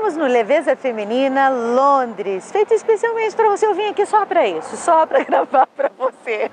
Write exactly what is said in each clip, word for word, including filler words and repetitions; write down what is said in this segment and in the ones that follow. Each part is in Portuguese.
Estamos no Leveza Feminina, Londres, feito especialmente para você. Eu vim aqui só para isso, só para gravar para você.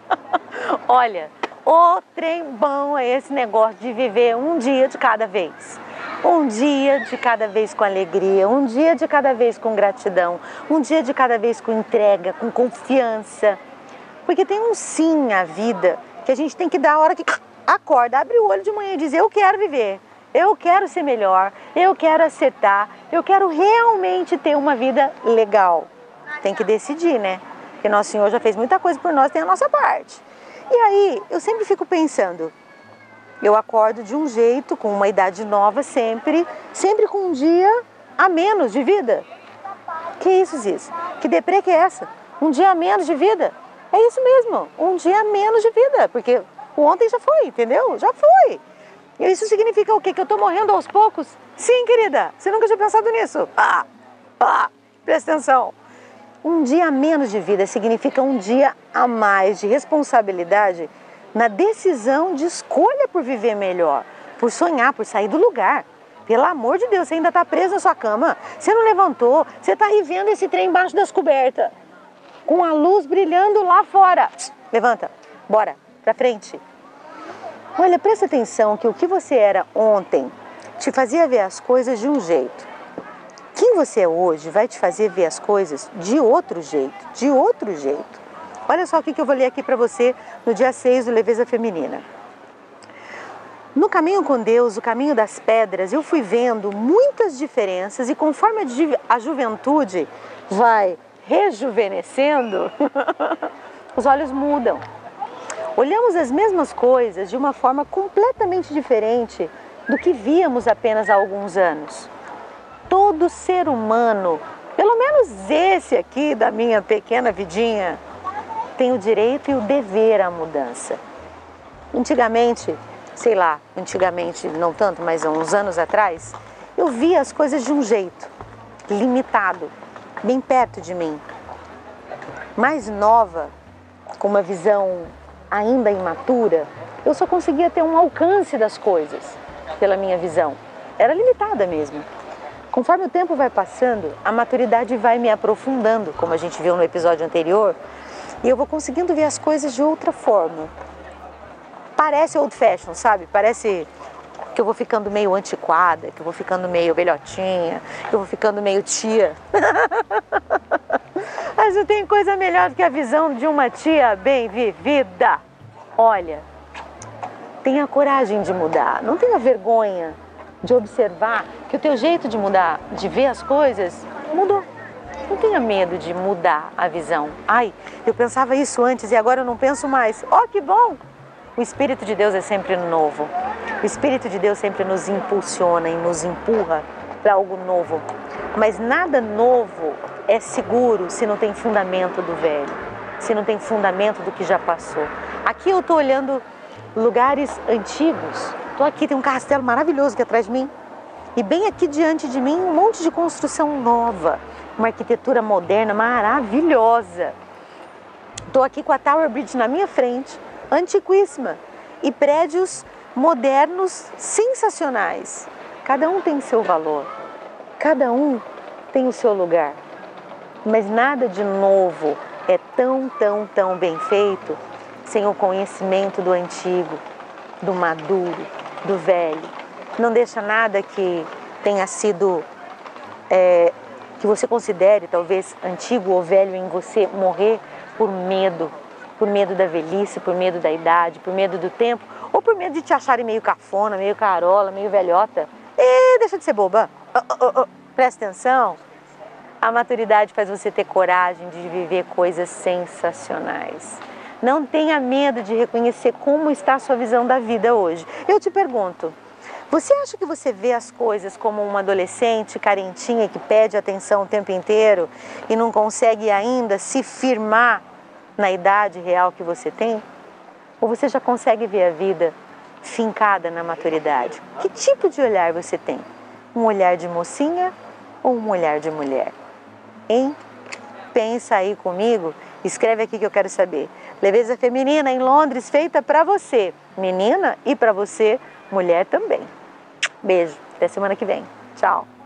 Olha, o trem bom é esse negócio de viver um dia de cada vez. Um dia de cada vez com alegria, um dia de cada vez com gratidão, um dia de cada vez com entrega, com confiança. Porque tem um sim à vida que a gente tem que dar a hora que acorda, abre o olho de manhã e diz: eu quero viver. Eu quero ser melhor, eu quero acertar, eu quero realmente ter uma vida legal. Tem que decidir, né? Porque Nosso Senhor já fez muita coisa por nós, tem a nossa parte. E aí, eu sempre fico pensando, eu acordo de um jeito, com uma idade nova sempre, sempre com um dia a menos de vida. Que isso, Ziz? Que deprê que é essa? Um dia a menos de vida? É isso mesmo, um dia a menos de vida, porque o ontem já foi, entendeu? Já foi. E isso significa o quê? Que eu tô morrendo aos poucos? Sim, querida, você nunca tinha pensado nisso. Ah, ah, presta atenção. Um dia a menos de vida significa um dia a mais de responsabilidade na decisão de escolha por viver melhor, por sonhar, por sair do lugar. Pelo amor de Deus, você ainda tá preso na sua cama, você não levantou, você tá aí vendo esse trem embaixo das cobertas, com a luz brilhando lá fora. Levanta, bora, pra frente. Olha, presta atenção que o que você era ontem te fazia ver as coisas de um jeito. Quem você é hoje vai te fazer ver as coisas de outro jeito, de outro jeito. Olha só o que eu vou ler aqui para você no dia seis do Leveza Feminina. No caminho com Deus, o caminho das pedras, eu fui vendo muitas diferenças e conforme a juventude vai rejuvenescendo, os olhos mudam. Olhamos as mesmas coisas de uma forma completamente diferente do que víamos apenas há alguns anos. Todo ser humano, pelo menos esse aqui da minha pequena vidinha, tem o direito e o dever à mudança. Antigamente, sei lá, antigamente não tanto, mas há uns anos atrás, eu via as coisas de um jeito, limitado, bem perto de mim. Mais nova, com uma visão ainda imatura, eu só conseguia ter um alcance das coisas pela minha visão. Era limitada mesmo. Conforme o tempo vai passando, a maturidade vai me aprofundando, como a gente viu no episódio anterior, e eu vou conseguindo ver as coisas de outra forma. Parece old fashion, sabe? Parece que eu vou ficando meio antiquada, que eu vou ficando meio velhotinha, que eu vou ficando meio tia. Mas não tem coisa melhor do que a visão de uma tia bem vivida. Olha, tenha coragem de mudar, não tenha vergonha de observar que o teu jeito de mudar, de ver as coisas, mudou. Não tenha medo de mudar a visão. Ai, eu pensava isso antes e agora eu não penso mais. Oh, que bom! O Espírito de Deus é sempre novo. O Espírito de Deus sempre nos impulsiona e nos empurra para algo novo. Mas nada novo é seguro se não tem fundamento do velho, se não tem fundamento do que já passou. Aqui eu estou olhando lugares antigos. Estou aqui, tem um castelo maravilhoso aqui atrás de mim. E bem aqui diante de mim, um monte de construção nova. Uma arquitetura moderna maravilhosa. Estou aqui com a Tower Bridge na minha frente, antiquíssima. E prédios modernos sensacionais. Cada um tem seu valor. Cada um tem o seu lugar. Mas nada de novo é tão, tão, tão bem feito sem o conhecimento do antigo, do maduro, do velho. Não deixa nada que tenha sido, é, que você considere talvez antigo ou velho em você morrer por medo. Por medo da velhice, por medo da idade, por medo do tempo, ou por medo de te acharem meio cafona, meio carola, meio velhota. E deixa de ser boba. Oh, oh, oh. Presta atenção. A maturidade faz você ter coragem de viver coisas sensacionais. Não tenha medo de reconhecer como está a sua visão da vida hoje. Eu te pergunto, você acha que você vê as coisas como uma adolescente carentinha que pede atenção o tempo inteiro e não consegue ainda se firmar na idade real que você tem? Ou você já consegue ver a vida fincada na maturidade? Que tipo de olhar você tem? Um olhar de mocinha ou um olhar de mulher? Hein? Pensa aí comigo, escreve aqui que eu quero saber. Leveza Feminina em Londres, feita pra você, menina, e pra você, mulher também. Beijo, até semana que vem. Tchau.